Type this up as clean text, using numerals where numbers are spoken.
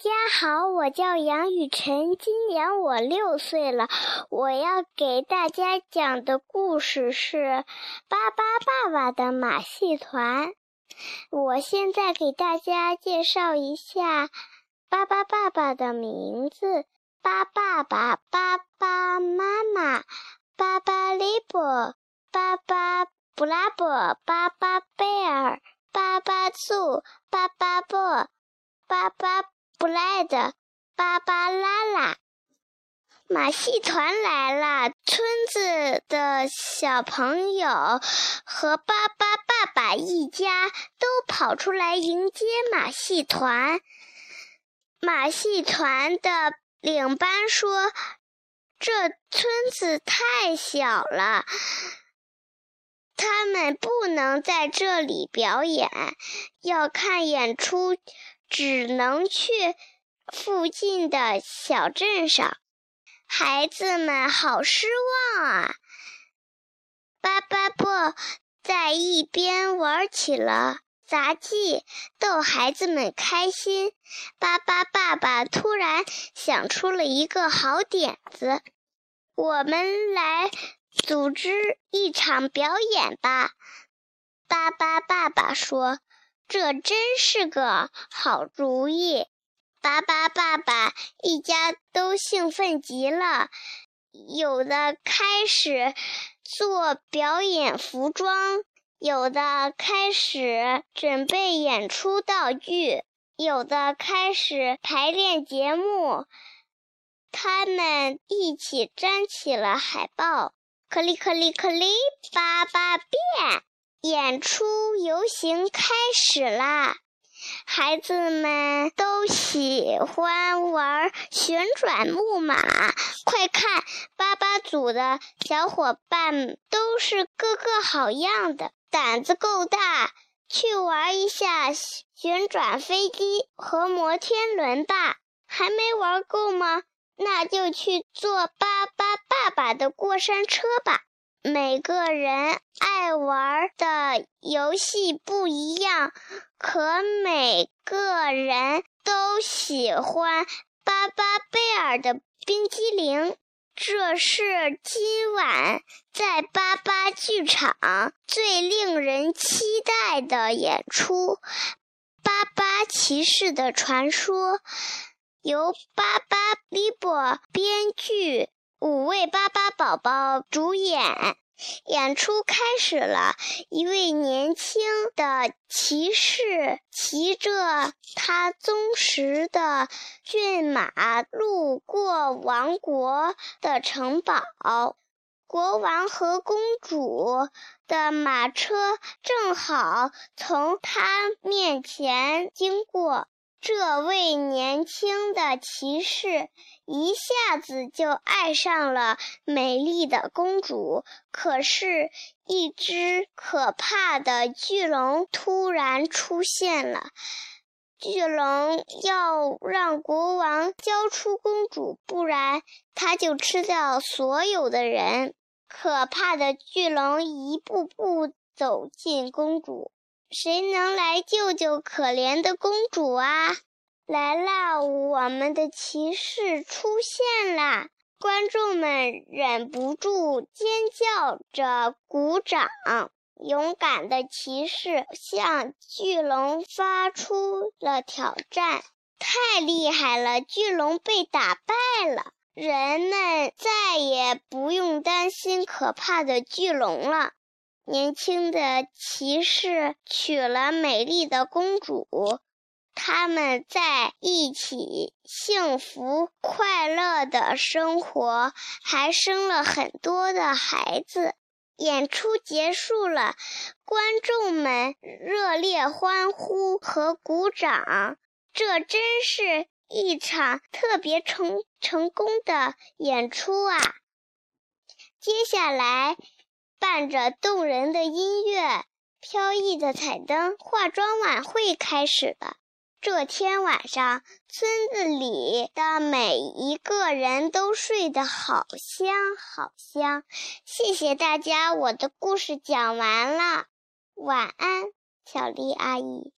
家好，我叫杨雨晨，今年我6岁了。我要给大家讲的故事是《巴巴爸爸的马戏团》。我现在给大家介绍一下巴巴爸爸的名字：巴爸爸、巴巴妈妈、巴巴利伯、巴巴布拉伯、巴巴贝尔、巴巴祖、巴巴伯、巴巴布莱德、巴巴拉拉。马戏团来了，村子的小朋友和巴巴爸爸一家都跑出来迎接马戏团。马戏团的领班说，这村子太小了，他们不能在这里表演，要看演出只能去附近的小镇上。孩子们好失望啊！巴巴伯在一边玩起了杂技，逗孩子们开心。巴巴爸爸突然想出了一个好点子，我们来组织一场表演吧。巴巴爸爸说，这真是个好主意。巴巴爸爸一家都兴奋极了，有的开始做表演服装，有的开始准备演出道具，有的开始排练节目。他们一起粘起了海报，克里克里克里，巴巴变，演出游行开始啦！孩子们都喜欢玩旋转木马，快看，巴巴组的小伙伴都是个个好样的，胆子够大，去玩一下旋转飞机和摩天轮吧。还没玩够吗？那就去坐巴巴爸爸的过山车吧。每个人爱玩的游戏不一样，可每个人都喜欢巴巴贝尔的冰激凌。这是今晚在巴巴剧场最令人期待的演出，巴巴骑士的传说，由巴巴利伯编剧，5位巴巴宝宝主演。演出开始了，一位年轻的骑士骑着他忠实的骏马路过王国的城堡，国王和公主的马车正好从他面前经过。这位年轻的骑士一下子就爱上了美丽的公主，可是一只可怕的巨龙突然出现了。巨龙要让国王交出公主，不然他就吃掉所有的人。可怕的巨龙一步步走近公主，谁能来救救可怜的公主啊？来啦，我们的骑士出现啦！观众们忍不住尖叫着鼓掌。勇敢的骑士向巨龙发出了挑战，太厉害了，巨龙被打败了。人们再也不用担心可怕的巨龙了。年轻的骑士娶了美丽的公主，他们在一起幸福快乐的生活，还生了很多的孩子。演出结束了，观众们热烈欢呼和鼓掌，这真是一场特别成功的演出啊！接下来伴着动人的音乐，飘逸的彩灯，化妆晚会开始了。这天晚上，村子里的每一个人都睡得好香好香。谢谢大家，我的故事讲完了，晚安，小丽阿姨。